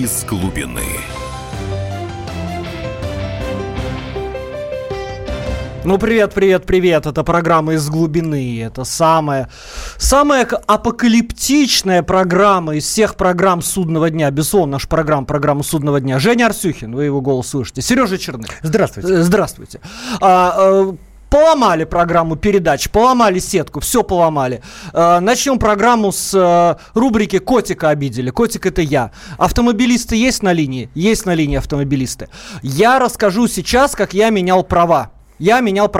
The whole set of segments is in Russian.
из глубины. Ну, привет. Это программа «Из глубины». Это самая апокалиптичная программа из всех программ «Судного дня». Безусловно, наша программа «Судного дня». Женя Арсюхин, вы его голос слышите. Сережа Черных. Здравствуйте. Поломали программу передач, поломали сетку, все поломали. Начнем программу с рубрики «Котика обидели». Котик — это я. Автомобилисты есть на линии? Есть на линии автомобилисты. Я расскажу сейчас, как я менял права. Я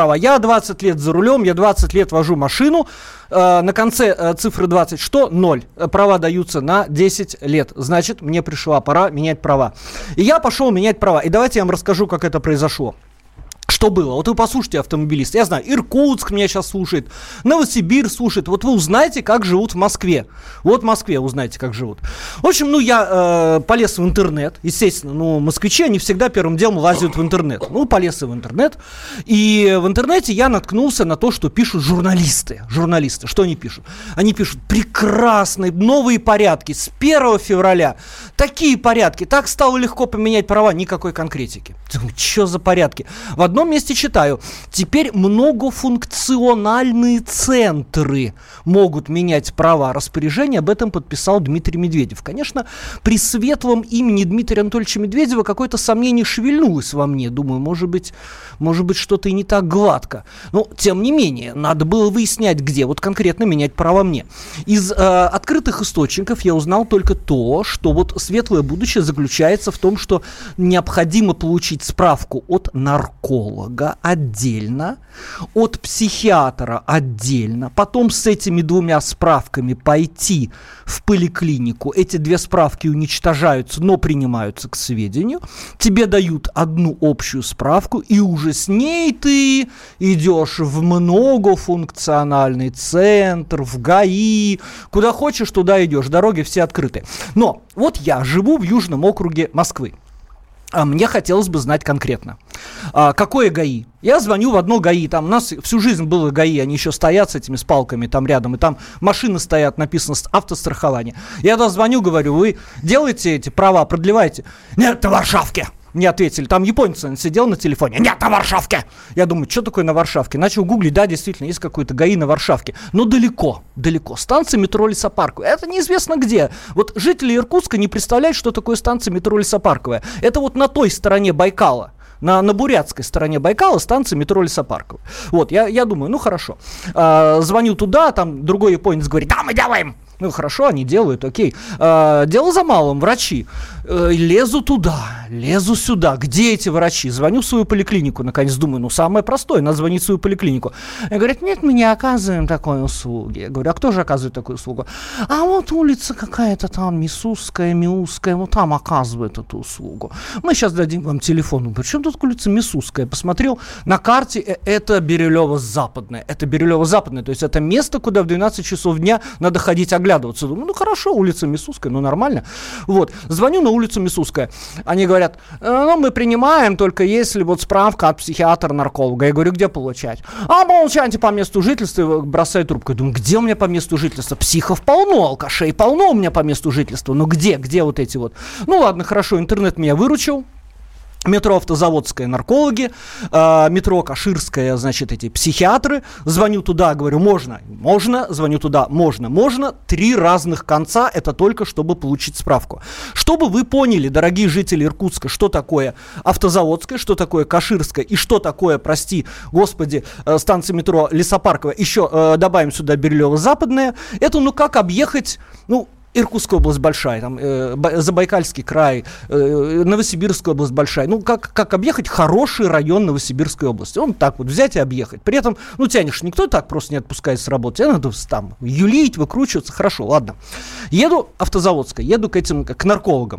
20 лет за рулем, я 20 лет вожу машину. На конце цифры 20 что? 0. Права даются на 10 лет. Значит, мне пришла пора менять права. И я пошел менять права. И давайте я вам расскажу, как это произошло. Что было? Вот вы послушайте, автомобилисты. Я знаю, Иркутск меня сейчас слушает, Новосибирск слушает. Вот вы узнаете, как живут в Москве. Вот в Москве узнаете, как живут. В общем, я полез в интернет. Естественно, москвичи, они всегда первым делом лазят в интернет. Полез в интернет. И в интернете я наткнулся на то, что пишут журналисты. Журналисты, что они пишут? Они пишут: прекрасные новые порядки с 1 февраля. Такие порядки. Так стало легко поменять права. Никакой конкретики. Что за порядки? В одном месте читаю: теперь многофункциональные центры могут менять права распоряжения. Об этом подписал Дмитрий Медведев. Конечно, при светлом имени Дмитрия Анатольевича Медведева какое-то сомнение шевельнулось во мне. Думаю, может быть, что-то и не так гладко. Но, тем не менее, надо было выяснять, где вот конкретно менять права мне. Из открытых источников я узнал только то, что вот светлое будущее заключается в том, что необходимо получить справку от нарколога отдельно, от психиатра отдельно, потом с этими двумя справками пойти в поликлинику. Эти две справки уничтожаются, но принимаются к сведению. Тебе дают одну общую справку, и уже с ней ты идешь в многофункциональный центр, в ГАИ, куда хочешь, туда идешь. Дороги все открыты. Но вот я живу в Южном округе Москвы. Мне хотелось бы знать конкретно, какое ГАИ. Я звоню в одно ГАИ, там у нас всю жизнь было ГАИ, они еще стоят с этими с палками там рядом, и там машины стоят, написано «автострахование». Я туда звоню, говорю: вы делаете эти права, продлеваете? Нет, на Варшавке. Мне ответили, там японец сидел на телефоне: нет, на Варшавке. Я думаю, что такое на Варшавке? Начал гуглить, да, действительно, есть какой-то ГАИ на Варшавке. Но далеко. Станция метро Лесопарковая. Это неизвестно где. Вот жители Иркутска не представляют, что такое станция метро Лесопарковая. Это вот на той стороне Байкала. На бурятской стороне Байкала станция метро Лесопарковая. Вот, я думаю, хорошо. Звоню туда, там другой японец говорит: да, мы делаем. Хорошо, они делают, окей. Дело за малым, врачи. Лезу туда, лезу сюда. Где эти врачи? Звоню в свою поликлинику. Наконец думаю, самое простое, надо звонить в свою поликлинику. И говорят: нет, мы не оказываем такой услуги. Я говорю: а кто же оказывает такую услугу? А вот улица какая-то там, Мисусская, вот там оказывает эту услугу. Мы сейчас дадим вам телефон. Причем тут улица Мисусская? Посмотрел на карте, это Бирюлево-Западная. То есть это место, куда в 12 часов дня надо ходить оглядываться. Думаю, хорошо, улица Мисусская, нормально. Вот, звоню на улицу Мисусская. Они говорят: мы принимаем только если вот справка от психиатра-нарколога. Я говорю: где получать? Получайте по месту жительства. Бросаю трубку. Я думаю, где у меня по месту жительства? Психов полно, алкашей полно у меня по месту жительства. Но где вот эти вот? Ладно, хорошо, интернет меня выручил. Метро Автозаводская — наркологи, метро Каширская, значит, эти психиатры. Звоню туда, говорю: можно, звоню туда, можно. 3 разных конца, это только чтобы получить справку. Чтобы вы поняли, дорогие жители Иркутска, что такое Автозаводская, что такое Каширская и что такое, прости господи, станция метро Лесопарковая, еще добавим сюда Бирюлево-Западная. Это как объехать, Иркутская область большая, там, Забайкальский край, Новосибирская область большая. Как объехать хороший район Новосибирской области? Так вот взять и объехать. При этом, тянешь, никто так просто не отпускает с работы. Тебе надо там юлить, выкручиваться. Хорошо, ладно. Еду Автозаводская, еду к наркологам.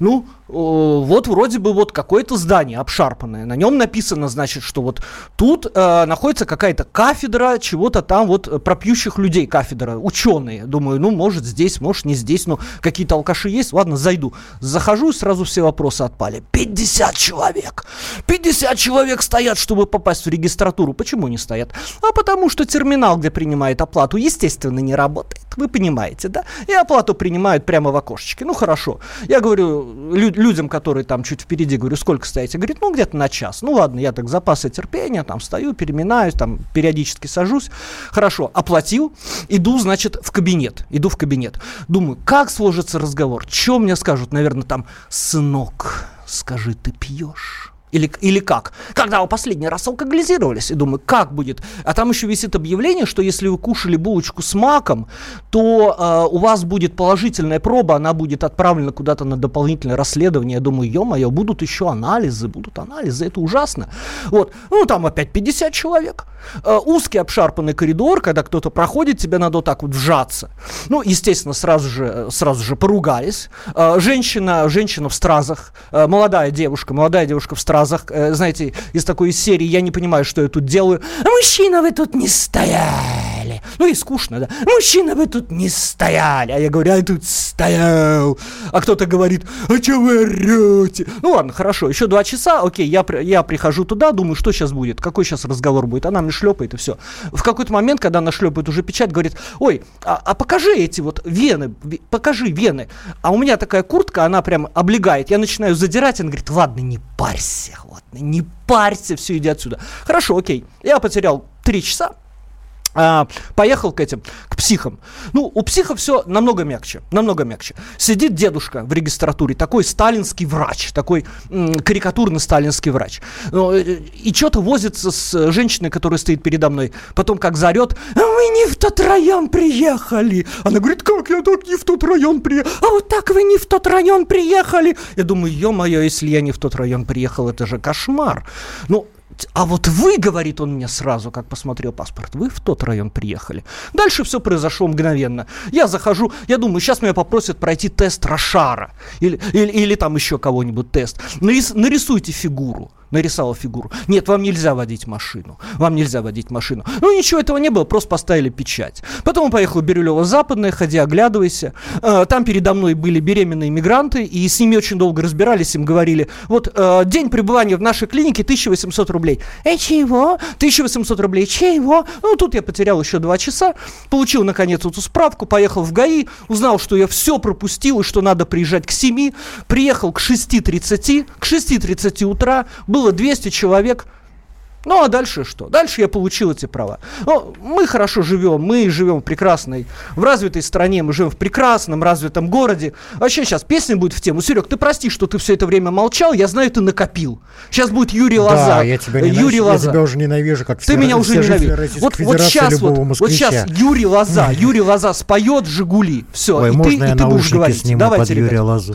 Вот вроде бы вот какое-то здание обшарпанное. На нем написано, значит, что вот тут находится какая-то кафедра чего-то там вот про пьющих людей кафедра. Ученые. Думаю, может здесь, может не здесь, какие-то алкаши есть. Ладно, зайду. Захожу, и сразу все вопросы отпали. 50 человек! 50 человек стоят, чтобы попасть в регистратуру. Почему не стоят? Потому что терминал, где принимает оплату, естественно, не работает. вы понимаете, да? И оплату принимают прямо в окошечке. Ну, хорошо. Я говорю людям, которые там чуть впереди, говорю, сколько стоите? Говорит, ну, где-то на час. Ну, ладно, я так запасы терпения, там стою, переминаюсь, там периодически сажусь. Хорошо, оплатил, иду, значит, в кабинет. Думаю, как сложится разговор? Что мне скажут? Наверное, там, сынок, скажи, ты пьешь? Или как? Когда вы последний раз алкоголизировались? И думаю, как будет? А там еще висит объявление, что если вы кушали булочку с маком, то у вас будет положительная проба, она будет отправлена куда-то на дополнительное расследование. Я думаю, ё-моё, будут еще анализы, это ужасно. Вот, ну там опять 50 человек. Узкий обшарпанный коридор, когда кто-то проходит, тебе надо вот так вот вжаться. Ну, естественно, сразу же поругались. Женщина в стразах, молодая девушка в стразах, знаете, из такой серии «Я не понимаю, что я тут делаю». «Мужчина, вы тут не стояли». Ну и скучно, да. «Мужчина, вы тут не стояли». А я говорю, я тут стоял. А кто-то говорит, а что вы орете? Ну ладно, хорошо, еще 2 часа, окей, я прихожу туда, думаю, что сейчас будет, какой сейчас разговор будет. Она мне шлепает и все. В какой-то момент, когда она шлепает уже печать, говорит, ой, а покажи эти вот вены, покажи вены. А у меня такая куртка, она прям облегает. Я начинаю задирать, она говорит, ладно, не парься, все, иди отсюда. Хорошо, окей. Я потерял 3 часа. Поехал к психам. Ну, у психов все намного мягче. Сидит дедушка в регистратуре, такой сталинский врач, такой карикатурный сталинский врач. И что-то возится с женщиной, которая стоит передо мной. Потом как заорет, мы не в тот район приехали. Она говорит, как я так не в тот район приехал? А вот так вы не в тот район приехали. Я думаю, ё-моё, если я не в тот район приехал, это же кошмар. Ну, а вот вы, говорит он мне сразу, как посмотрел паспорт, вы в тот район приехали. Дальше все произошло мгновенно. Я захожу, я думаю, сейчас меня попросят пройти тест Рошара. Или там еще кого-нибудь тест. Нарисуйте фигуру. Нарисовал фигуру. Нет, вам нельзя водить машину. Ну, ничего этого не было, просто поставили печать. Потом он поехал в Бирюлево-Западное, ходи, оглядывайся. Там передо мной были беременные мигранты, и с ними очень долго разбирались, им говорили, вот, день пребывания в нашей клинике 1800 рублей. Чего? 1800 рублей, чего? Ну, тут я потерял еще 2 часа, получил, наконец, эту справку, поехал в ГАИ, узнал, что я все пропустил, и что надо приезжать к 7, приехал к 6:30 утра, было 200 человек. Ну, а дальше что? Дальше я получил эти права. Ну, мы хорошо живем, мы живем в развитой стране, мы живем в прекрасном, развитом городе. Вообще сейчас песня будет в тему. Серег, ты прости, что ты все это время молчал, я знаю, ты накопил. Сейчас будет Юрий Лоза. Да, я тебя уже ненавижу, как ты меня уже ненавидишь. Вот сейчас Юрий Лоза споет «Жигули». Все, ой, и ты будешь говорить. Давайте, ребята. Юрия Лозу.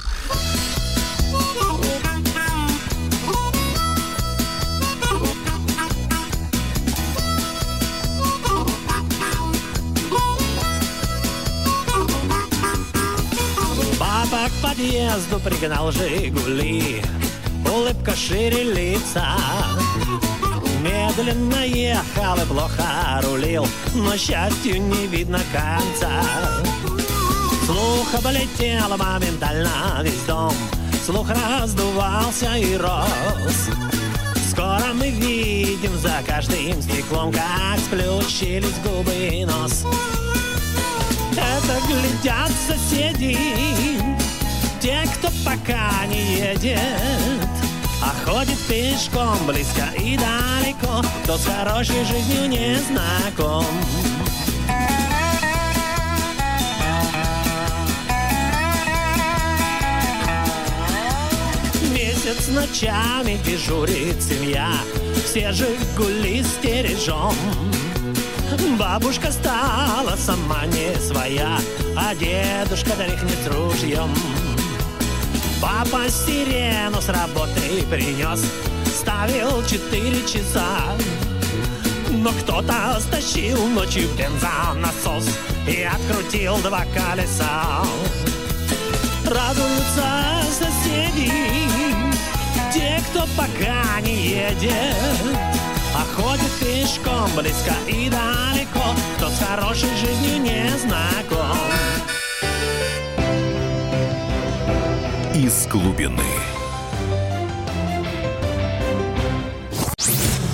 К подъезду пригнал «Жигули», улыбка шире лица. Медленно ехал и плохо рулил, но счастью не видно конца. Слух облетел моментально весь дом, слух раздувался и рос. Скоро мы видим за каждым стеклом, как сплющились губы и нос. Это глядят соседи, те, кто пока не едет, а ходит пешком близко и далеко, кто с хорошей жизнью не знаком. Месяц ночами дежурит семья, все «Жигули» стережем. Бабушка стала сама не своя, а дедушка дрыхнет ружьем. Папа сирену с работы принес, ставил 4 часа. Но кто-то стащил ночью бензонасос и открутил 2 колеса. Радуются соседи, те, кто пока не едет, а ходит пешком близко и далеко, кто с хорошей жизнью не знаком. Из глубины.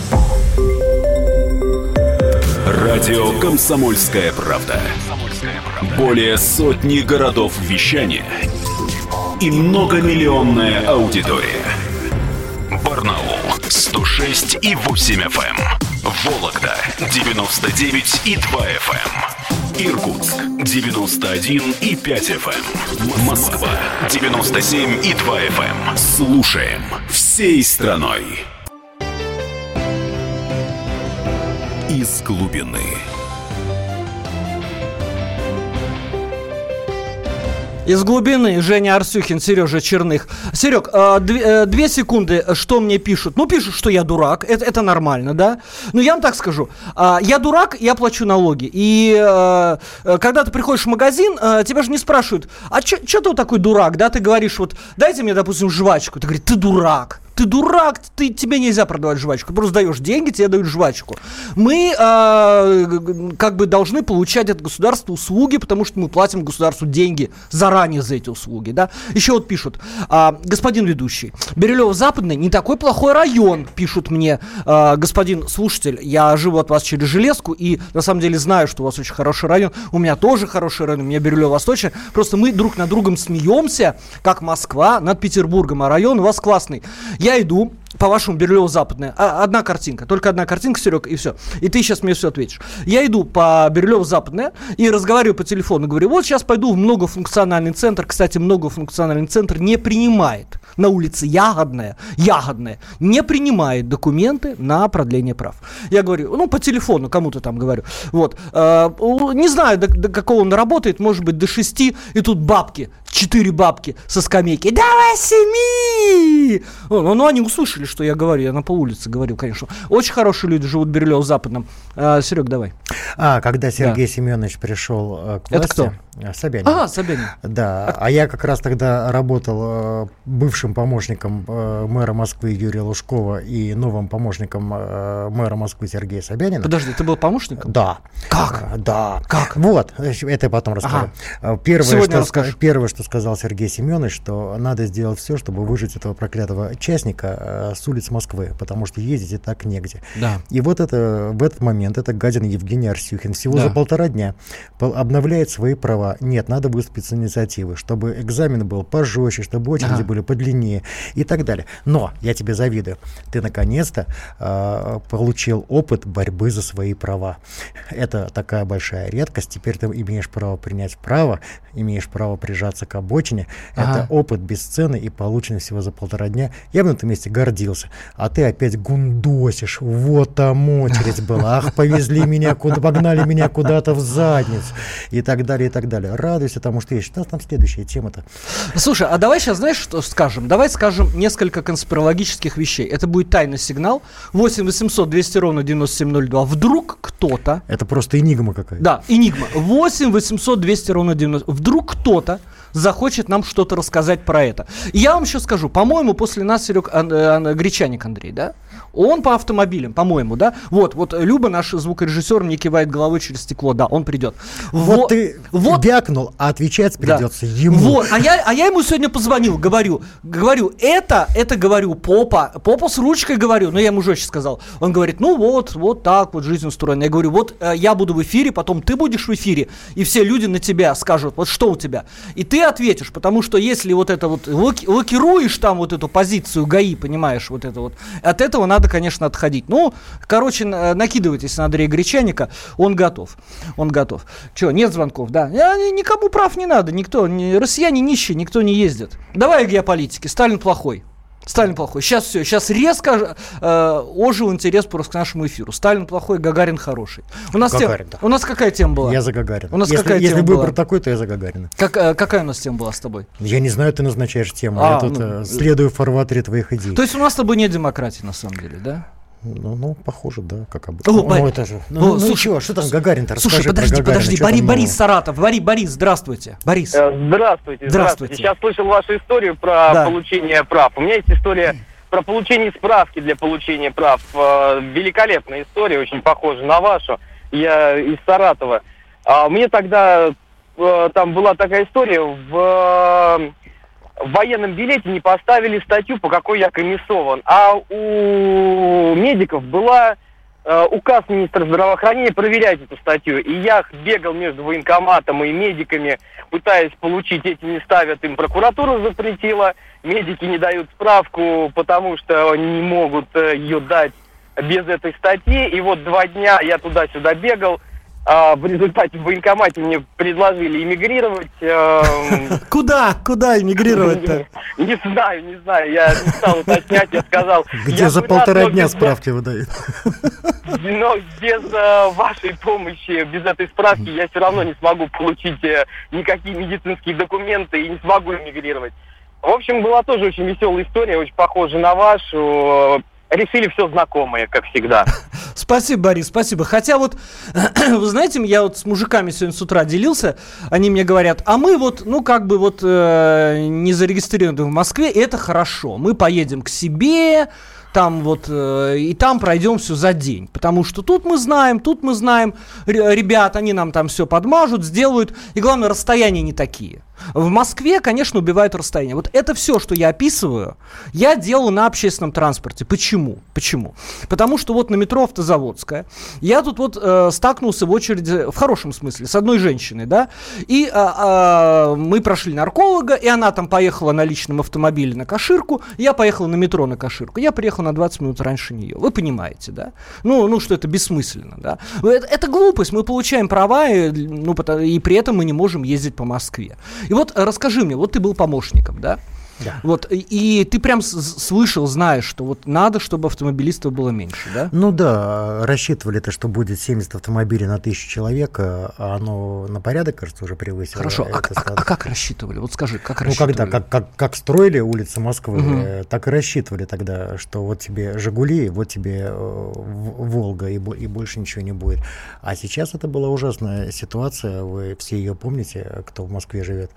Радио «Комсомольская правда». Более сотни городов вещания и многомиллионная аудитория. Барнаул 106,8 FM, Вологда 99,2 FM, Иркутск 91,5 FM, Москва 97,2 FM. Слушаем всей страной. Из глубины. Из глубины Женя Арсюхин, Сережа Черных. Серег, 2 секунды, что мне пишут? Ну, пишут, что я дурак, это нормально, да? Ну, я вам так скажу. Я дурак, я плачу налоги. И когда ты приходишь в магазин, тебя же не спрашивают, а что ты вот такой дурак, да? Ты говоришь, вот, дайте мне, допустим, жвачку. Ты говоришь, ты дурак. Ты дурак, тебе нельзя продавать жвачку. Ты просто даешь деньги, тебе дают жвачку. Мы как бы должны получать от государства услуги, потому что мы платим государству деньги заранее за эти услуги. Да? Еще вот пишут, господин ведущий, Бирюлево-Западный не такой плохой район, пишут мне господин слушатель. Я живу от вас через железку и на самом деле знаю, что у вас очень хороший район. У меня тоже хороший район, у меня Бирюлево-Восточный. Просто мы друг над другом смеемся, как Москва над Петербургом, а район у вас классный. Я иду по вашему Бирюлево-Западное. Одна картинка. Только одна картинка, Серег, и все. И ты сейчас мне все ответишь. Я иду по Бирюлево-Западное и разговариваю по телефону. Говорю, вот сейчас пойду в многофункциональный центр. Кстати, многофункциональный центр не принимает на улице Ягодная не принимает документы на продление прав. Я говорю, ну, по телефону кому-то там говорю. Вот. Не знаю, до какого он работает, может быть, до 6. И тут 4 бабки со скамейки. Давай 7! Ну, они услышали, что я говорю. Я на полулице говорил, конечно. Очень хорошие люди живут в Бирюлево-Западном. Серег, давай. Когда Сергей Семенович пришел к власти... Это кто? Собянин. Собянин. Да, а я как раз тогда работал бывшим помощником мэра Москвы Юрия Лужкова и новым помощником мэра Москвы Сергея Собянина. Подожди, ты был помощником? Да. Как? Да. Как? Вот, это я потом расскажу. Первое, что сказал Сергей Семенович, что надо сделать все, чтобы выжить этого проклятого частника с улиц Москвы, потому что ездить и так негде. Да. И вот в этот момент эта гадина Евгений Арсюхин всего за 1,5 дня обновляет свои права. Нет, надо выступить с инициативой, чтобы экзамен был пожестче, чтобы очереди были подлиннее и так далее. Но я тебе завидую. Ты наконец-то получил опыт борьбы за свои права. Это такая большая редкость. Теперь ты имеешь право принять право, имеешь право прижаться к обочине. Это опыт бесценный и полученный всего за 1,5 дня. Я бы на этом месте гордился. А ты опять гундосишь. Вот там очередь была. Ах, повезли меня, погнали меня куда-то в задницу. И так далее, и так далее. Радуйся тому, что есть. У нас там следующая тема-то. Слушай, а давай сейчас, знаешь, что скажем? Давай скажем несколько конспирологических вещей. Это будет тайный сигнал. 8 800 200 ровно 9702. Вдруг кто-то... Это просто энигма какая-то. Да, энигма. 8 800 200 ровно 90. Вдруг кто-то захочет нам что-то рассказать про это. И я вам еще скажу, по-моему, после нас Серег Гречаник Андрей, да? Он по автомобилям, по-моему, да? Вот Люба, наш звукорежиссер, мне кивает головой через стекло, да, он придет. Вот ты вякнул, а отвечать придется ему. Вот, а я ему сегодня позвонил, говорю, это говорю, попа с ручкой говорю, но я ему жестче сказал. Он говорит, ну вот так вот жизнь устроена. Я говорю, вот я буду в эфире, потом ты будешь в эфире, и все люди на тебя скажут, вот что у тебя. И ты ответишь, потому что если вот это вот лакируешь там вот эту позицию ГАИ, понимаешь, вот это вот, от этого надо, конечно, отходить. Ну, короче, накидывайтесь на Андрея Гречаника, он готов. Че, нет звонков, да? Никому прав не надо, россияне нищие, никто не ездит. Давай о геополитике, Сталин плохой. Сейчас все. Сейчас резко ожил интерес просто к нашему эфиру. Сталин плохой, Гагарин хороший. У нас какая тема была? Я за Гагарина. Если выбор такой, то я за Гагарина. Какая у нас тема была с тобой? Я не знаю, ты назначаешь тему. Я тут следую в фарватере твоих идей. То есть у нас с тобой нет демократии, на самом деле, да? Ну, похоже, да, как обычно. Это же. Слушай, что там Гагарин-то? Слушай, подожди, Борис Саратов. Борис, здравствуйте. Борис. Здравствуйте. Сейчас слышал вашу историю про получение прав. У меня есть история про получение справки для получения прав. Великолепная история, очень похожа на вашу. Я из Саратова. Мне тогда там была такая история, в военном билете не поставили статью, по какой я комиссован. А у медиков была указ министра здравоохранения проверять эту статью. И я бегал между военкоматом и медиками, пытаясь получить, эти не ставят, им прокуратура запретила, медики не дают справку, потому что не могут ее дать без этой статьи. И вот 2 дня я туда-сюда бегал. В результате в военкомате мне предложили эмигрировать. Куда эмигрировать-то? Не знаю, я не стал уточнять, я сказал... Где за 1,5 дня справки выдают? Но без вашей помощи, без этой справки я все равно не смогу получить никакие медицинские документы и не смогу эмигрировать. В общем, была тоже очень веселая история, очень похожа на вашу. Решили все знакомые, как всегда. Спасибо, Борис, спасибо. Хотя вот, вы знаете, я вот с мужиками сегодня с утра делился, они мне говорят, а мы вот, не зарегистрированы в Москве, и это хорошо. Мы поедем к себе, там вот, и там пройдем все за день. Потому что тут мы знаем, ребят, они нам там все подмажут, сделают. И главное, расстояния не такие. В Москве, конечно, убивают расстояние. Вот это все, что я описываю, я делаю на общественном транспорте. Почему? Потому что вот на метро Автозаводская я тут вот столкнулся в очереди, в хорошем смысле, с одной женщиной, да, и мы прошли нарколога, и она там поехала на личном автомобиле на Каширку, я поехал на метро на Каширку. Я приехал на 20 минут раньше нее. Вы понимаете, да? Ну что это бессмысленно, да? Это глупость. Мы получаем права, и при этом мы не можем ездить по Москве. И вот расскажи мне, вот ты был помощником, да? Да. Вот, и ты прям слышал, знаешь, что вот надо, чтобы автомобилистов было меньше, да? Ну да, рассчитывали-то, что будет 70 автомобилей на 1000 человек, а оно на порядок, кажется, уже превысило. Хорошо, а как рассчитывали? Вот скажи, как рассчитывали? Когда, как строили улицы Москвы, так и рассчитывали тогда, что вот тебе «Жигули», вот тебе «Волга», и больше ничего не будет. А сейчас это была ужасная ситуация, вы все ее помните, кто в Москве живет.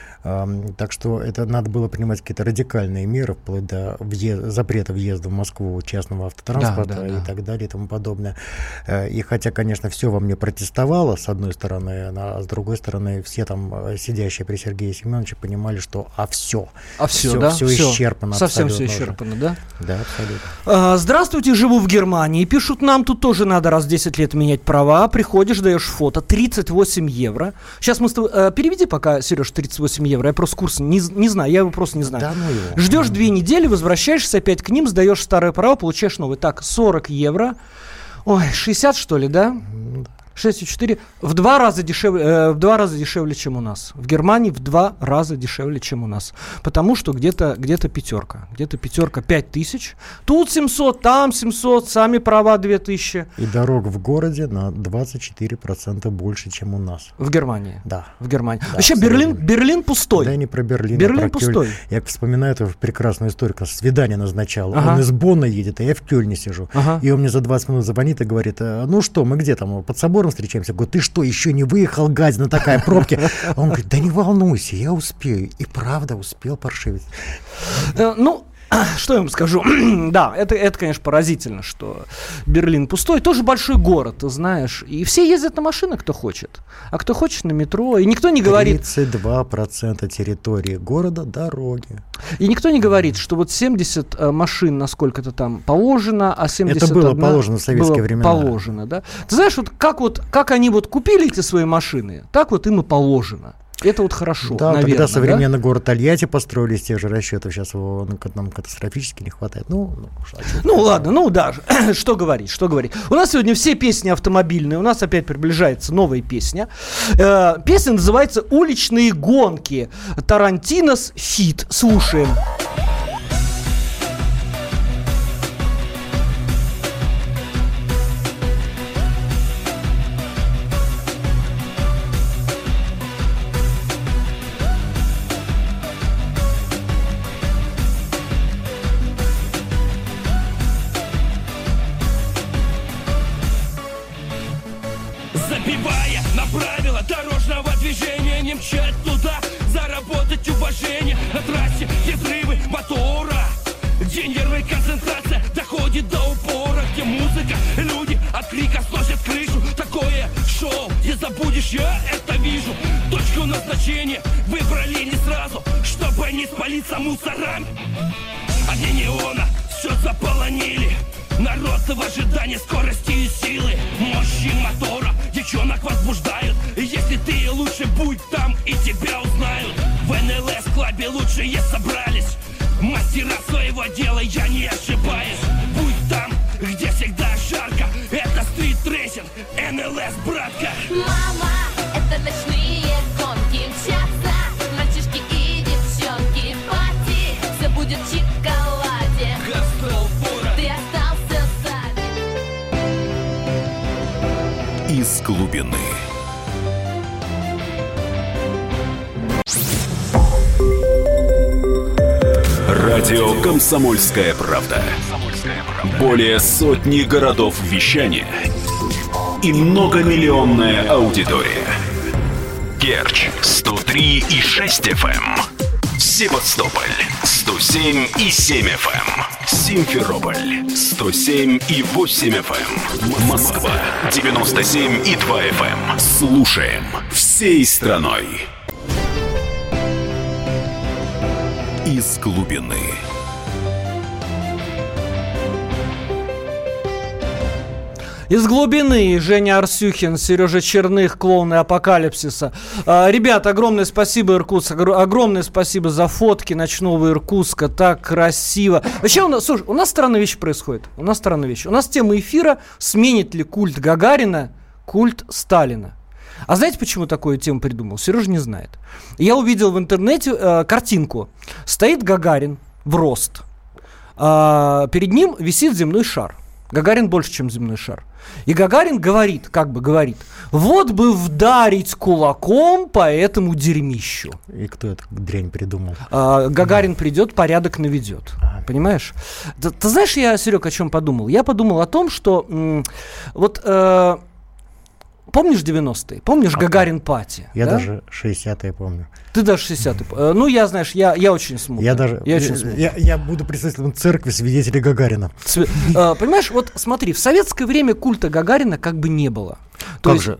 Так что это надо было принимать какие-то радикальные меры, вплоть до запрета въезда в Москву частного автотранспорта и так далее и тому подобное. И хотя, конечно, все во мне протестовало, с одной стороны, а с другой стороны, все там сидящие при Сергее Семеновиче понимали, что все исчерпано. Совсем все исчерпано, да? Да, абсолютно. Здравствуйте, живу в Германии. Пишут, нам тут тоже надо раз в 10 лет менять права. Приходишь, даешь фото, 38 евро. Сейчас мы с тобой... Переведи пока, Сереж, 38 евро. Я просто курс не знаю, я его просто не знаю. Да, ну его. Ждешь 2 недели, возвращаешься опять к ним, сдаешь старые права, получаешь новые. Так, 40 евро. Ой, 60, что ли, да? 6,4. В 2 раза дешевле, чем у нас. В Германии в 2 раза дешевле, чем у нас. Потому что где-то пятерка. Где-то пятерка 5000. Тут 700, там 700, сами права 2000. И дорог в городе на 24% больше, чем у нас. В Германии? Да. В Германии. Да, вообще Берлин пустой. Да, не про Берлин. Берлин пустой. Я вспоминаю эту прекрасную историю, когда свидание назначал. Он из Бонна едет, а я в Кёльне сижу. И он мне за 20 минут звонит и говорит, ну что, мы где там, под собором встречаемся? Я говорю, ты что, еще не выехал, гадина, такая пробки? Он говорит, да не волнуйся, я успею. И правда успел, паршивец. Что я вам скажу? Да, это, конечно, поразительно, что Берлин пустой. Тоже большой город, ты знаешь. И все ездят на машинах, кто хочет. А кто хочет, на метро. И никто не говорит... 32% территории города — дороги. И никто не говорит, что вот 70 машин на сколько-то там положено, а 71... Это было положено в советские времена. Положено, да. Ты знаешь, как они вот купили эти свои машины, так вот им и положено. Это вот хорошо, да, наверное. Когда современный город Тольятти построили из тех же расчетов, сейчас его нам катастрофически не хватает. Ладно, да, что говорить. У нас сегодня все песни автомобильные, у нас опять приближается новая песня. Песня называется «Уличные гонки». Тарантинос фит. Слушаем. Забивая на правила дорожного движения, не мчать туда, заработать уважение. На трассе где взрывы мотора, где нервы и концентрация доходит до упора, где музыка, люди от крика сносят крышу. Такое шоу, не забудешь, я это вижу. Точку назначения выбрали не сразу, чтобы не спалиться мусорами. Огни неона все заполонили, Народ в ожидании скорости и силы, мощи мотора девчонок возбуждают. Если ты лучше, будь там и тебя узнают. В НЛС-клабе лучшие собрались, мастера своего дела, я не ошибаюсь. Будь там, где всегда жарко, это стрит-рейсинг, НЛС, братка. Мама, это ночные гонки, мчатся мальчишки и девчонки. Пати, все будет в шоколаде. Ты остался сзади. Из глубины. Радио «Комсомольская правда». Более сотни городов вещания и многомиллионная аудитория. Керчь 103,6 FM, Севастополь 107,7 FM, Симферополь 107,8 FM, Москва 97,2 FM. Слушаем всей страной. Из глубины. Из глубины Женя Арсюхин, Сережа Черных, клоуны апокалипсиса. Ребята, огромное спасибо, Иркутск. Огромное спасибо за фотки ночного Иркутска. Так красиво. Вообще, слушай, у нас странная вещь происходит. У нас тема эфира: сменит ли культ Гагарина культ Сталина. А знаете, почему такую тему придумал? Сережа не знает. Я увидел в интернете картинку. Стоит Гагарин в рост. Перед ним висит земной шар. Гагарин больше, чем земной шар. И Гагарин говорит, вот бы вдарить кулаком по этому дерьмищу. И кто эту дрянь придумал? Гагарин придет, порядок наведет. Понимаешь? Ты знаешь, я, Серег, о чем подумал? Я подумал о том, что помнишь 90-е? Помнишь Гагарин Пати? Я даже 60-е помню. Ты даже 60-е. Ну, я, знаешь, я очень смутно. Я буду представителем церкви свидетелей Гагарина. Понимаешь, вот смотри, в советское время культа Гагарина как бы не было. Как же?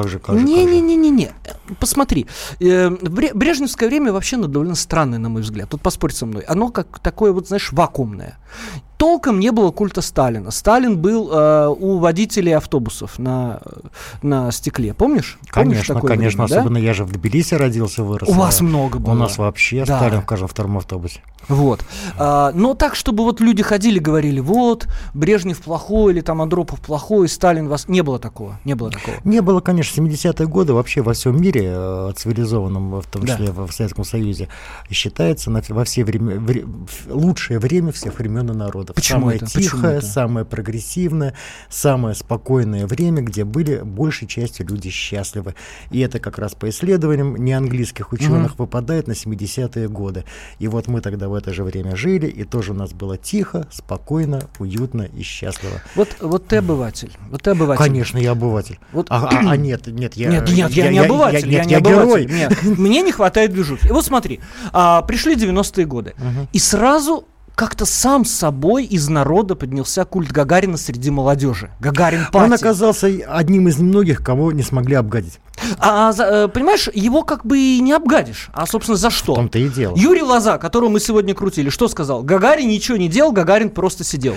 Не. Посмотри. Брежневское время вообще довольно странное, на мой взгляд. Тут поспорь со мной. Оно как такое, вот, знаешь, вакуумное. Толком не было культа Сталина. Сталин был у водителей автобусов на стекле. Помнишь? Конечно. Время, особенно я же в Тбилиси родился, вырос. У вас много было. У нас вообще Сталин в каждом втором автобусе. Вот. Но так, чтобы вот люди ходили, говорили, вот, Брежнев плохой, или там Андропов плохой, Сталин вас... Не было такого. Не было, конечно. 70-е годы вообще во всем мире, цивилизованном, в том числе в Советском Союзе, считается во все лучшее время всех времен и народов. Самое тихое, самое прогрессивное, самое спокойное время, где были большей частью люди счастливы. И это как раз по исследованиям неанглийских ученых выпадает на 70-е годы. И вот мы тогда в это же время жили, и тоже у нас было тихо, спокойно, уютно и счастливо. Вот ты обыватель. Конечно, я обыватель. Нет, я не обыватель. Я герой. Нет, мне не хватает движухи. И вот смотри, пришли 90-е годы, и сразу как-то сам собой из народа поднялся культ Гагарина среди молодежи. Гагарин Пати. Он оказался одним из немногих, кого не смогли обгадить. Понимаешь, его как бы и не обгадишь. А, собственно, за что? В том-то и дело. Юрий Лоза, которого мы сегодня крутили, что сказал? Гагарин ничего не делал, Гагарин просто сидел.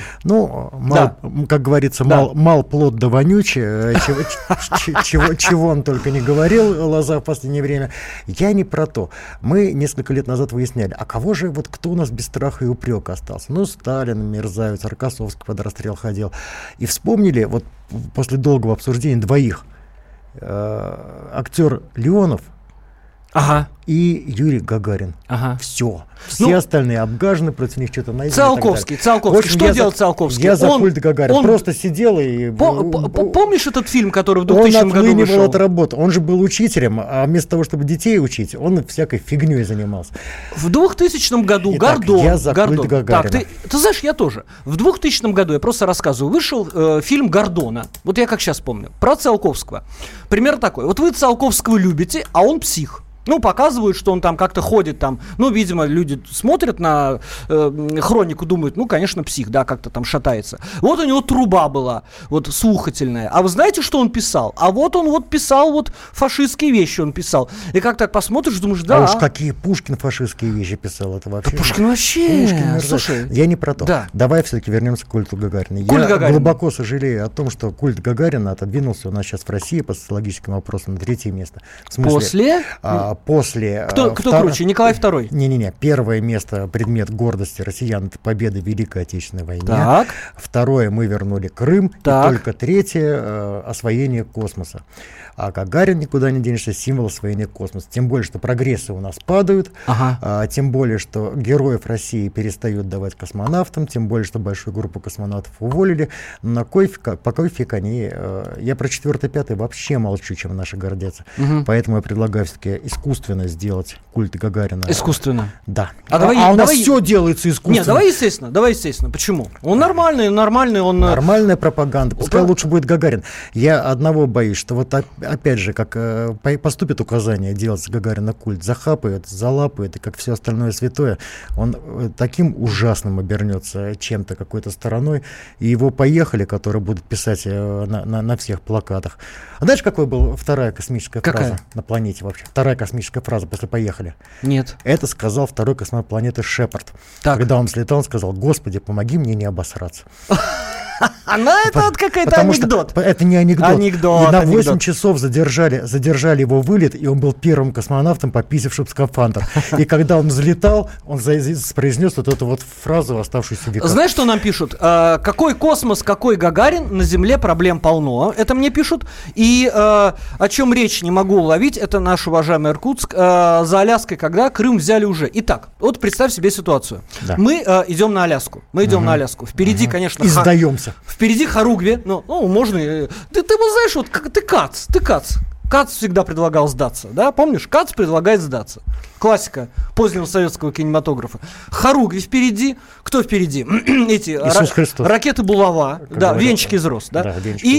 Как говорится, мал плод да вонючий. Чего он только не говорил, Лоза, в последнее время. Я не про то. Мы несколько лет назад выясняли, кто у нас без страха и упрека остался? Сталин, мерзавец, Рокоссовский под расстрел ходил. И вспомнили, после долгого обсуждения, двоих. Актер Леонов и Юрий Гагарин. Все. Все остальные обгажены, против них что-то найдено. Циолковский. Что делал Циолковский? Я за культ Гагарина. Просто сидел и... Помнишь этот фильм, который в 2000 году вышел? Он отлынивал от работы. Он же был учителем, а вместо того, чтобы детей учить, он всякой фигней занимался. В 2000 году Гордон... Я за культ Гагарина. Ты знаешь, я тоже. В 2000 году, я просто рассказываю, вышел фильм Гордона. Вот я как сейчас помню. Про Циолковского. Пример такой. Вот вы Циолковского любите, а он псих. Ну, показывают, что он там как-то ходит там. Ну, видимо, люди смотрят на хронику, думают, ну, конечно, псих, да, как-то там шатается. Вот у него труба была, вот, слухательная. А вы знаете, что он писал? А вот он вот писал, вот, фашистские вещи он писал. И как так посмотришь, думаешь, да. А уж какие Пушкин фашистские вещи писал, это вообще. Да Пушкин вообще. Пушкин, слушай, я не про то. Да. Давай все-таки вернемся к культу Гагарина. Я глубоко сожалею о том, что культ Гагарина отодвинулся у нас сейчас в России по социологическим вопросам на 3-е место. В смысле, после? Кто круче, Николай II? Не-не-не. Первое место, предмет гордости россиян, это победа в Великой Отечественной войне. Так. Второе, мы вернули Крым. Так. И только третье, освоение космоса. А Гагарин, никуда не денешься, символ освоения космоса. Тем более, что прогрессы у нас падают, тем более, что героев России перестают давать космонавтам, тем более, что большую группу космонавтов уволили. На кой фиг они... Я про 4-5 вообще молчу, чем наши гордятся. Поэтому я предлагаю все-таки искусственно сделать культ Гагарина. Искусственно? Да. У нас все делается искусственно. Нет, давай естественно. Почему? Он нормальный, он... Нормальная пропаганда. Пускай лучше будет Гагарин. Я одного боюсь, что вот опять же, как поступит указание делать с Гагарина культ, захапает, залапает, и как все остальное святое, он таким ужасным обернется чем-то, какой-то стороной, и его поехали, которые будут писать на всех плакатах. А знаешь, какой была вторая космическая фраза на планете вообще? Вторая космическая фраза после «поехали»? Нет. Это сказал второй космонавт планеты Шепард. Когда он слетал, он сказал: «Господи, помоги мне не обосраться». Это вот какой-то анекдот. Это не анекдот. И на 8 часов задержали его вылет, и он был первым космонавтом, пописавшим в скафандр. И когда он взлетал, он произнес вот эту вот фразу, оставшуюся в веках. Знаешь, что нам пишут? Какой космос, какой Гагарин, на Земле проблем полно. Это мне пишут. И о чем речь не могу уловить, это наш уважаемый Иркутск. За Аляской когда? Крым взяли уже. Итак, вот представь себе ситуацию. Да. Мы идем на Аляску. Впереди, конечно... И сдаемся. Впереди Хоругве. Ну, можно... Ты знаешь, вот как ты Кац. Кац всегда предлагал сдаться, да? Помнишь? Кац предлагает сдаться. Классика позднего советского кинематографа. Хоругве впереди. Кто впереди? Эти Иисус Христос. Ракеты Булава. Да, венчик из роз. Да?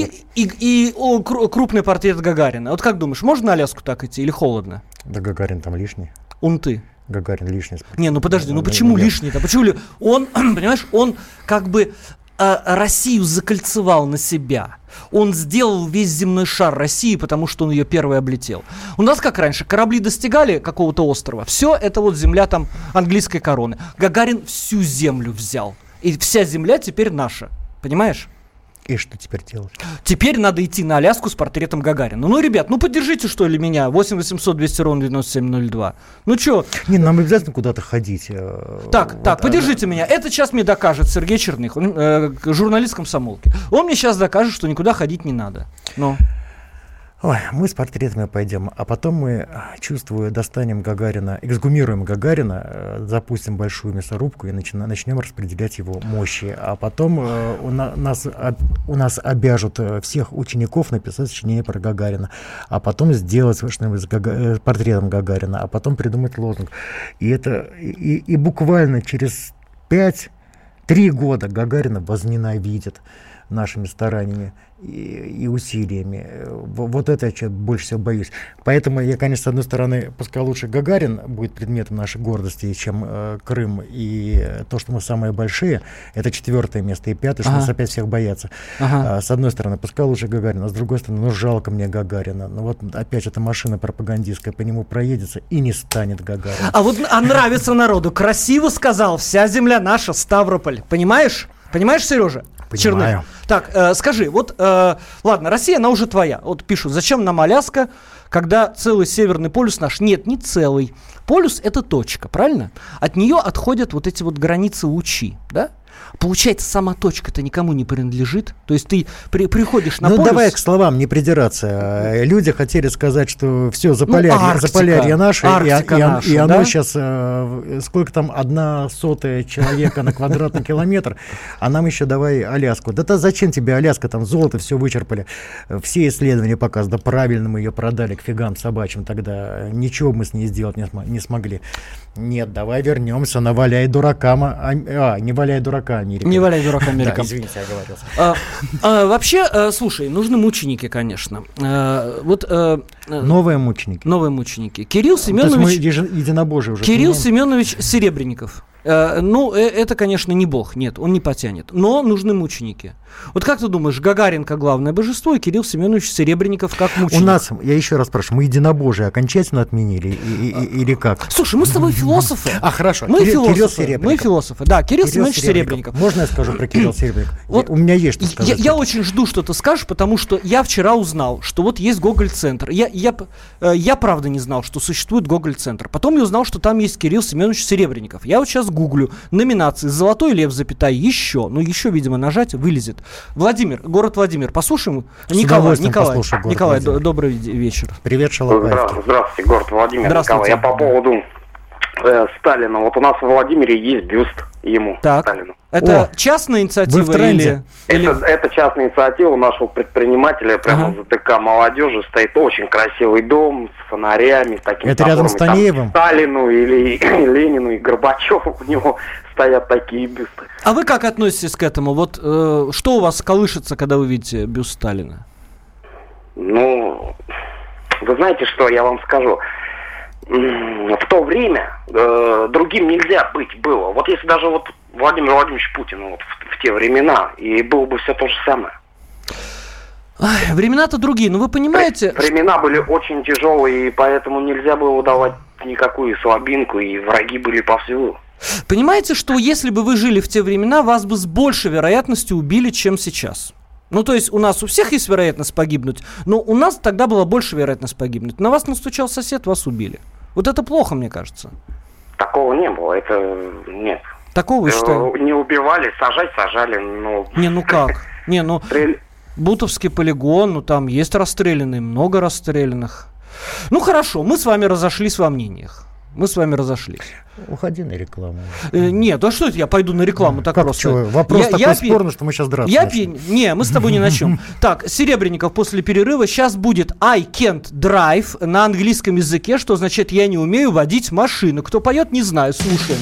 И крупный портрет Гагарина. Вот как думаешь, можно на Аляску так идти или холодно? Да Гагарин там лишний. Унты. Гагарин лишний. Не, ну подожди, почему лишний-то? Почему он, понимаешь, он как бы Россию закольцевал на себя. Он сделал весь земной шар России, потому что он ее первый облетел. У нас как раньше, корабли достигали какого-то острова, все это вот земля там английской короны. Гагарин всю землю взял. И вся земля теперь наша. Понимаешь? И что теперь делать? Теперь надо идти на Аляску с портретом Гагарина. Ну, ребят, поддержите, что ли, меня. 8 800 200 ровно 9702. Ну, чё? Не, нам обязательно куда-то ходить. Так, поддержите меня. Это сейчас мне докажет Сергей Черных, журналист комсомолки. Он мне сейчас докажет, что никуда ходить не надо. Ой, мы с портретами пойдем, а потом мы, чувствую, достанем Гагарина, эксгумируем Гагарина, запустим большую мясорубку и начнем распределять его мощи. А потом у нас обяжут всех учеников написать сочинение про Гагарина, а потом сделать что-нибудь с портретом Гагарина, а потом придумать лозунг. И буквально через 3 года Гагарина возненавидят нашими стараниями и усилиями. Вот это я больше всего боюсь. Поэтому я, конечно, с одной стороны, пускай лучше Гагарин будет предметом нашей гордости, чем Крым и то, что мы самые большие. Это 4-е место и 5-е, что нас опять всех боятся. С одной стороны, пускай лучше Гагарин, а с другой стороны, жалко мне Гагарина. Вот опять эта машина пропагандистская по нему проедется и не станет Гагарин. А нравится народу. Красиво сказал: вся земля наша, Ставрополь. Понимаешь? Понимаешь, Сережа? Понимаю. Так, скажи, ладно, Россия, она уже твоя. Вот пишут, зачем нам Аляска, когда целый Северный полюс наш? Нет, не целый. Полюс — это точка, правильно? От нее отходят вот эти вот границы лучи, да? Получается, сама точка-то никому не принадлежит. То есть ты приходишь на полюс... давай к словам не придираться. Люди хотели сказать, что все, Заполярье наше, и оно сейчас, сколько там, 1/100 человека на квадратный километр, а нам еще давай Аляску. Да зачем тебе Аляска, там золото все вычерпали. Все исследования показывают, да правильно мы ее продали к фигам собачьим тогда. Ничего мы с ней сделать не смогли. Нет, давай вернемся, наваляй дуракам, не валяй дуракам, дурака, Америка. Не валяй дурака, Америка. Да, извините, я оговорился. Вообще, слушай, нужны мученики, конечно. Новые мученики. Новые мученики. Кирилл Семенович... То есть мы единобожие уже. Кирилл Семенович Серебренников. Это, конечно, не бог, нет, он не потянет. Но нужны мученики. Вот как ты думаешь, Гагарин как главное божество и Кирилл Семенович Серебренников как мученик? У нас, я еще раз спрашиваю, мы единобожие окончательно отменили или как? Слушай, мы с тобой философы. Хорошо. Мы Кирилл философы. Да, Кирилл Семенович Серебренников. Можно я скажу про Кирилла Серебренникова? Вот у меня есть что сказать. Я очень жду, что ты скажешь, потому что я вчера узнал, что вот есть Гоголь-центр. Я правда не знал, что существует Гоголь-центр. Потом я узнал, что там есть Кирилл Семенович Серебренников. Я вот сейчас гуглю номинации «Золотой лев», еще, видимо, нажать, вылезет. Владимир, город Владимир, послушаем. Николай, добрый вечер. Привет, Шалопаевский. Здравствуйте, город Владимир. Здравствуйте. Николай. Я по поводу Сталина. Вот у нас в Владимире есть бюст ему, Сталину. Это частная инициатива или... Это частная инициатива нашего предпринимателя, прямо за ТК молодежи. Стоит очень красивый дом с фонарями, с таким... Это рядом с Танеевым? Сталину или Ленину и Горбачеву у него стоят такие бюсты. А вы как относитесь к этому? Вот что у вас колышется, когда вы видите бюст Сталина? Ну, вы знаете, что я вам скажу? В то время другим нельзя быть было. Вот если даже вот Владимир Владимирович Путин вот в те времена, и было бы все то же самое. Времена-то другие, но вы понимаете... Времена были очень тяжелые, и поэтому нельзя было давать никакую слабинку, и враги были повсюду. Понимаете, что если бы вы жили в те времена, вас бы с большей вероятностью убили, чем сейчас? Ну, то есть у нас у всех есть вероятность погибнуть, но у нас тогда была больше вероятность погибнуть. На вас настучал сосед, вас убили. Вот это плохо, мне кажется. Такого не было, это нет. Такого вы считаете? Не убивали, сажали, но... Ну как? Бутовский полигон, там есть расстрелянные, много расстрелянных. Ну хорошо, мы с вами разошлись во мнениях. Уходи на рекламу. Нет, а что это я пойду на рекламу так как просто? Чего? Вопрос такой спорный, что мы сейчас драться начнем. Не, мы с тобой не начнем. Так, Серебренников после перерыва. Сейчас будет I can't drive на английском языке, что означает я не умею водить машину. Кто поет, не знаю, слушаем.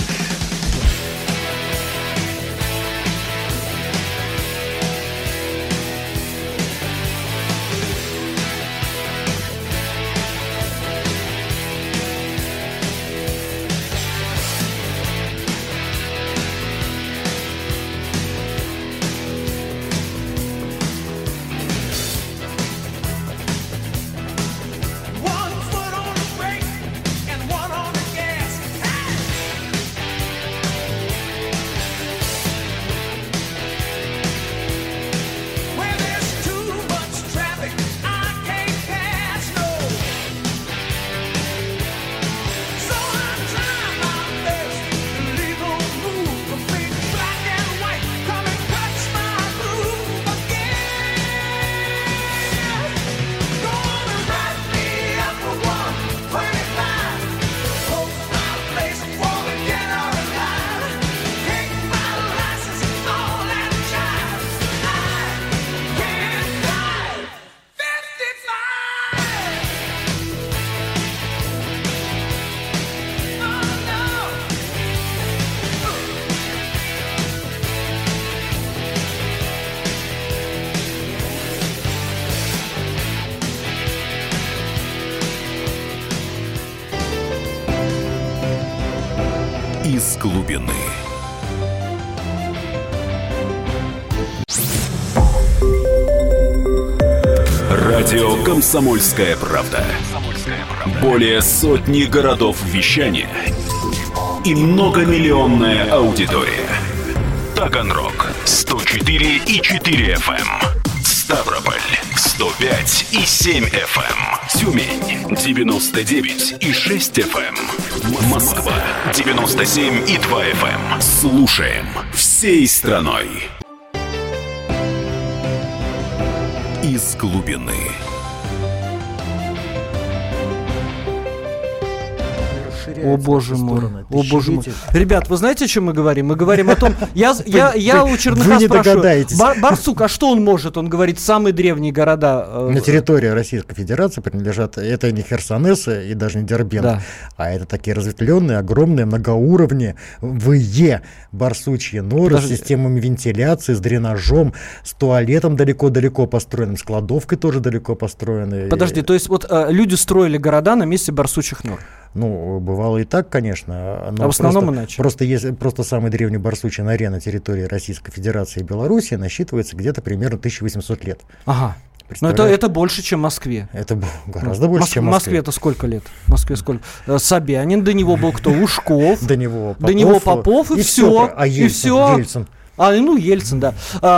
Из глубины. Радио «Комсомольская правда». Более сотни городов вещания и многомиллионная аудитория. Таганрог 104,4 FM. Ставрополь 105,7 FM. Тюмень 99,6 FM. Москва 97,2 FM. Слушаем всей страной. Из глубины. О, боже мой. О, боже мой. Ребят, вы знаете, о чем мы говорим? Мы говорим о том... Я у Черныха спрашиваю. Барсук, а что он может? Он говорит, самые древние города... На территории Российской Федерации принадлежат... Это не Херсонес и даже не Дербент, а это такие разветвленные, огромные, многоуровневые барсучьи норы с системами вентиляции, с дренажом, с туалетом далеко-далеко построенным, с кладовкой тоже далеко построенной. Подожди, то есть вот люди строили города на месте барсучьих нор? Ну, бывало и так, конечно. Но в основном иначе. Просто самый древний барсучья норе на территории Российской Федерации и Белоруссии насчитывается где-то примерно 1800 лет. Ага. Но это больше, чем в Москве. Это гораздо больше, чем в Москве. В Москве это сколько лет? В Москве сколько? Собянин, до него был кто? Ушков. До него Попов, и все. А Ельцин. Ельцин, да.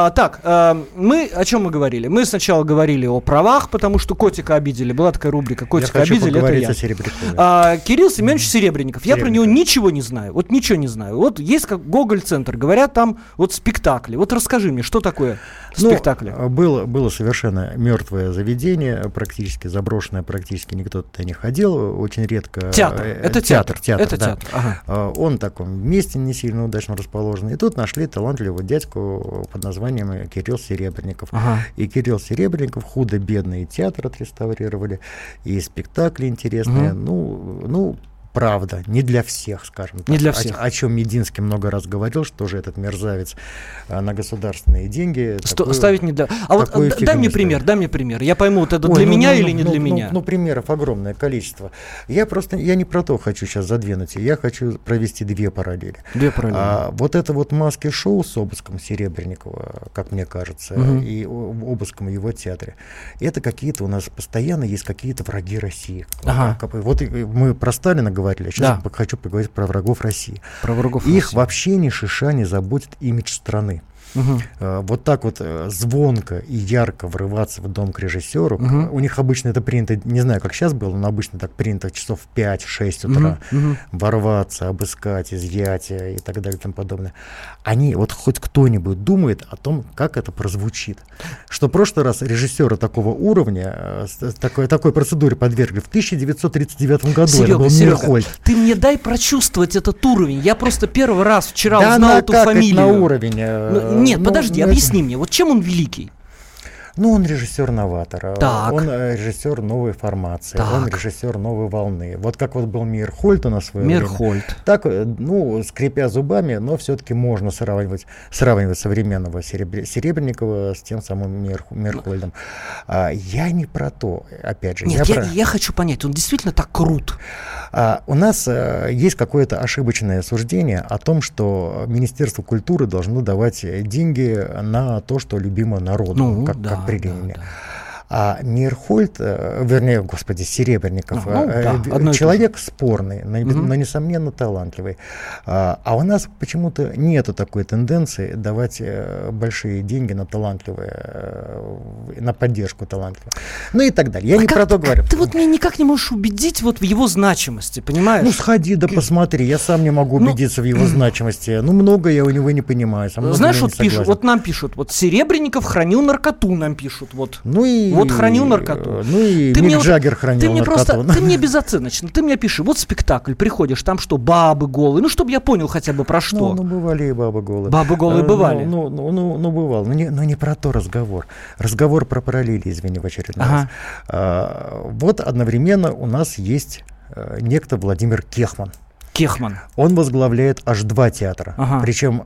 Мы о чем мы говорили? Мы сначала говорили о правах, потому что котика обидели. Была такая рубрика «Котика обидели», это я. О Серебрякове. Кирилл Семенович Серебренников. Я про него ничего не знаю. Вот ничего не знаю. Вот есть как Гоголь-центр. Говорят, там вот спектакли. Вот расскажи мне, что такое спектакли? Было совершенно мертвое заведение, практически заброшенное, практически никто туда не ходил. Очень редко. Театр. Это театр. Это да. театр. Ага. Он в таком месте не сильно удачно расположен. И тут нашли талантливого дядьку под названием Кирилл Серебренников. Ага. И Кирилл Серебренников худо-бедно и театр отреставрировали, и спектакли интересные. Ну, правда, не для всех, скажем так. Не для всех. О чем Мединский много раз говорил, что же этот мерзавец на государственные деньги. Ставить не для... А вот дай мне пример. Я пойму, вот это для меня или не для меня? Примеров огромное количество. Я не про то хочу сейчас задвинуть. Я хочу провести две параллели. Вот это вот маски-шоу с обыском Серебренникова, как мне кажется, и обыском в его театре, это какие-то у нас постоянно есть какие-то враги России. Ага. Вот мы про Сталина говорили. Сейчас хочу поговорить про врагов России. Их вообще ни шиша не заботит имидж страны. Вот так вот звонко и ярко врываться в дом к режиссеру. У них обычно это принято, не знаю, как сейчас было, но обычно так принято часов в 5-6 утра ворваться, обыскать, изъять и так далее и тому подобное. Они, вот хоть кто-нибудь думает о том, как это прозвучит. Что в прошлый раз режиссера такого уровня такой процедуре подвергли в 1939 году. Серега, ты мне дай прочувствовать этот уровень. Я просто первый раз вчера узнал эту фамилию. На уровень... Нет, подожди, объясни мне, вот чем он великий? Ну, он режиссер-новатор, он режиссер новой формации, он режиссер новой волны. Вот как вот был Мейерхольд у нас в свое время. Так, скрипя зубами, но все-таки можно сравнивать современного Серебренникова с тем самым Мейерхольдом. Я не про то, опять же. Нет, я хочу понять, он действительно так крут? У нас есть какое-то ошибочное суждение о том, что Министерство культуры должно давать деньги на то, что любимо народу, как при Ленине. А Мейерхольд, Серебренников, человек спорный, но несомненно талантливый. А у нас почему-то нету такой тенденции давать большие деньги на талантливые, на поддержку талантливых. Ну и так далее. Я не про то говорю. Ты вот меня никак не можешь убедить вот в его значимости, понимаешь? Ну сходи да посмотри, я сам не могу убедиться в его значимости. Ну много я у него не понимаю. Знаешь, вот нам пишут, вот Серебренников хранил наркоту, нам пишут, вот. Вот хранил наркоту. Ну и Мик Джаггер хранил наркоту. Ты мне безоценочно, ты мне пиши, вот спектакль, приходишь, там что, бабы голые, ну, чтобы я понял хотя бы про что. Ну бывали и бабы голые. Бабы голые бывали. Ну, бывало. Но не про то разговор. Разговор про параллели, извини, в очередной раз. Вот одновременно у нас есть некто Владимир Кехман. Он возглавляет аж 2 театра. Причем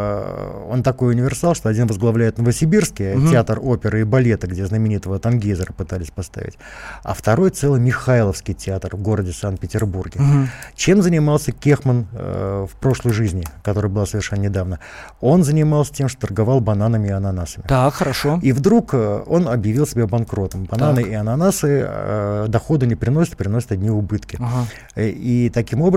он такой универсал, что один возглавляет Новосибирский театр оперы и балета, где знаменитого Тангейзера пытались поставить, а второй целый Михайловский театр в городе Санкт-Петербурге. Чем занимался Кехман в прошлой жизни, которая была совершенно недавно? Он занимался тем, что торговал бананами и ананасами. Так, хорошо. И вдруг он объявил себя банкротом. Бананы и ананасы дохода не приносят одни убытки. И таким образом куда-то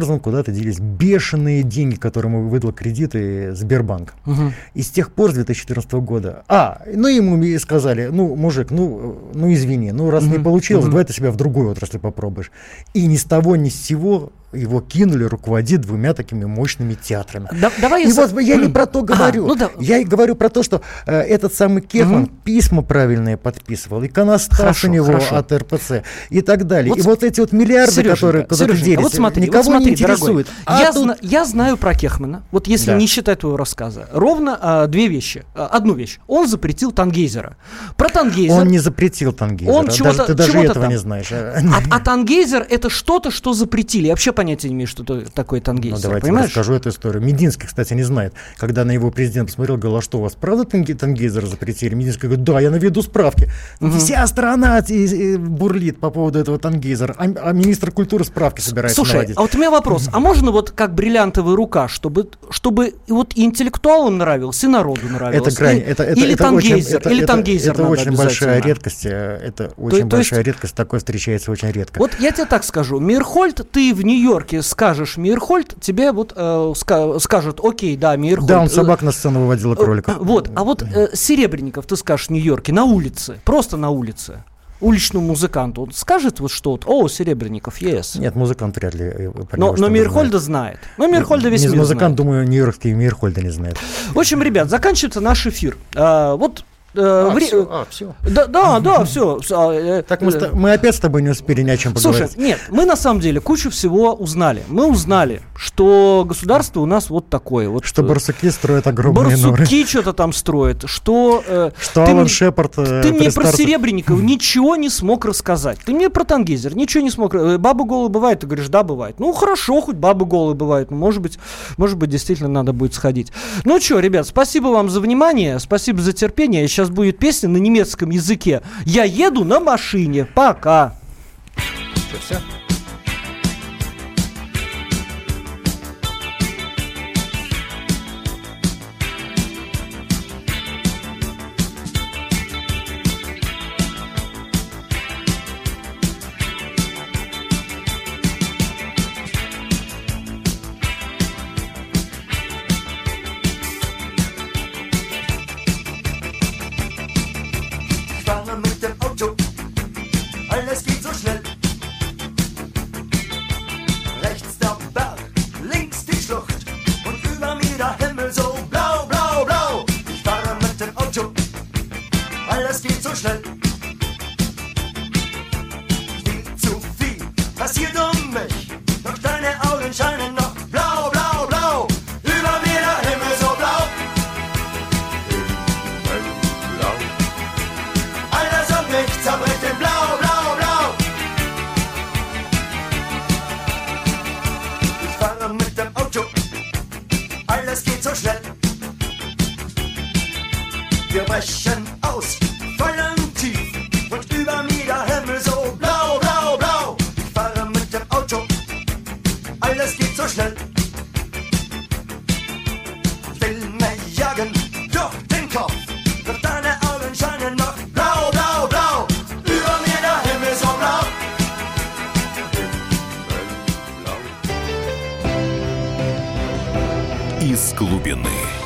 платились бешеные деньги, которые ему выдал кредиты Сбербанк. И с тех пор, с 2014 года, ему сказали, мужик, извини, раз не получилось, давай ты себя в другой отрасли попробуешь. И ни с того, ни с сего его кинули руководить 2 такими мощными театрами. Я не про то говорю. Я и говорю про то, что этот самый Кехман письма правильные подписывал, иконостас у него от РПЦ и так далее. И вот эти вот миллиарды, которые делись, никого не интересует. Я знаю про Кехмана, вот если не считать твоего рассказа, ровно 2 вещи. Одну вещь. Он запретил Тангейзера. Про Тангейзер... Он не запретил Тангейзера. Ты даже этого не знаешь. А Тангейзер — это что-то, что запретили. Я вообще понятия не имею, что такое Тангейзер. Давайте я расскажу эту историю. Мединский, кстати, не знает. Когда на его президент посмотрел, говорил, а что, у вас правда Тангейзер запретили? Мединский говорит, да, я наведу справки. Вся страна бурлит по поводу этого Тангейзера, а министр культуры справки собирается наводить. А вот у меня вопрос. А можно вот как бриллиантовая рука, чтобы вот и интеллектуалам нравилось, и народу нравилось? Или Тангейзер это очень большая редкость. Это очень большая редкость. Такое встречается очень редко. Вот я тебе так скажу. Мейерхольд, ты в Нью-Йорке скажешь Мейерхольд, тебе вот скажут, окей, да, Мейерхольд. Да, он собак на сцену выводил, и кроликов. А вот Серебренников, ты скажешь в Нью-Йорке, на улице, просто на улице, уличному музыканту, он скажет вот что-то, Серебренников, yes. Нет, музыкант вряд ли. Но Мейерхольда знает. Мейерхольда весь мир знает. Музыкант, думаю, нью-йоркский Мейерхольда не знает. В общем, ребят, заканчивается наш эфир. Все. Да, все. Так мы опять с тобой не успели ни о чем поговорить. Слушай, нет, мы на самом деле кучу всего узнали. Мы узнали, что государство у нас вот такое. Вот, что барсуки строят огромные норы. Барсуки что-то там строят. Что Алан Шепард... Ты мне про Серебренникова ничего не смог рассказать. Ты мне про Тангейзер ничего не смог. Бабы голые бывают? Ты говоришь, да, бывает. Ну, хорошо, хоть бабы голые бывают. Может быть, действительно надо будет сходить. Ну что, ребят, спасибо вам за внимание. Спасибо за терпение. Сейчас будет песня на немецком языке. Я еду на машине. Пока. Все. Alles geht so schnell. Rechts der Berg, links die Schlucht und über mir der Himmel so blau, blau, blau. Ich fahre mit dem Auto, alles geht so schnell. Viel passiert um mich, doch deine Augen scheinen noch blau, blau, blau. Über mir der Himmel so blau. Blau. Alles um mich zerbricht in Blau, Blau. Mit dem Auto, alles geht so schnell. Wir brechen aus, fallen tief und über mir der Himmel so blau, blau, blau. Ich fahre mit dem Auto, alles geht so schnell. Will mir jagen durch den Kopf, doch deine Augen scheinen noch blau, blau, blau. Über mir der Himmel so blau. Из глубины.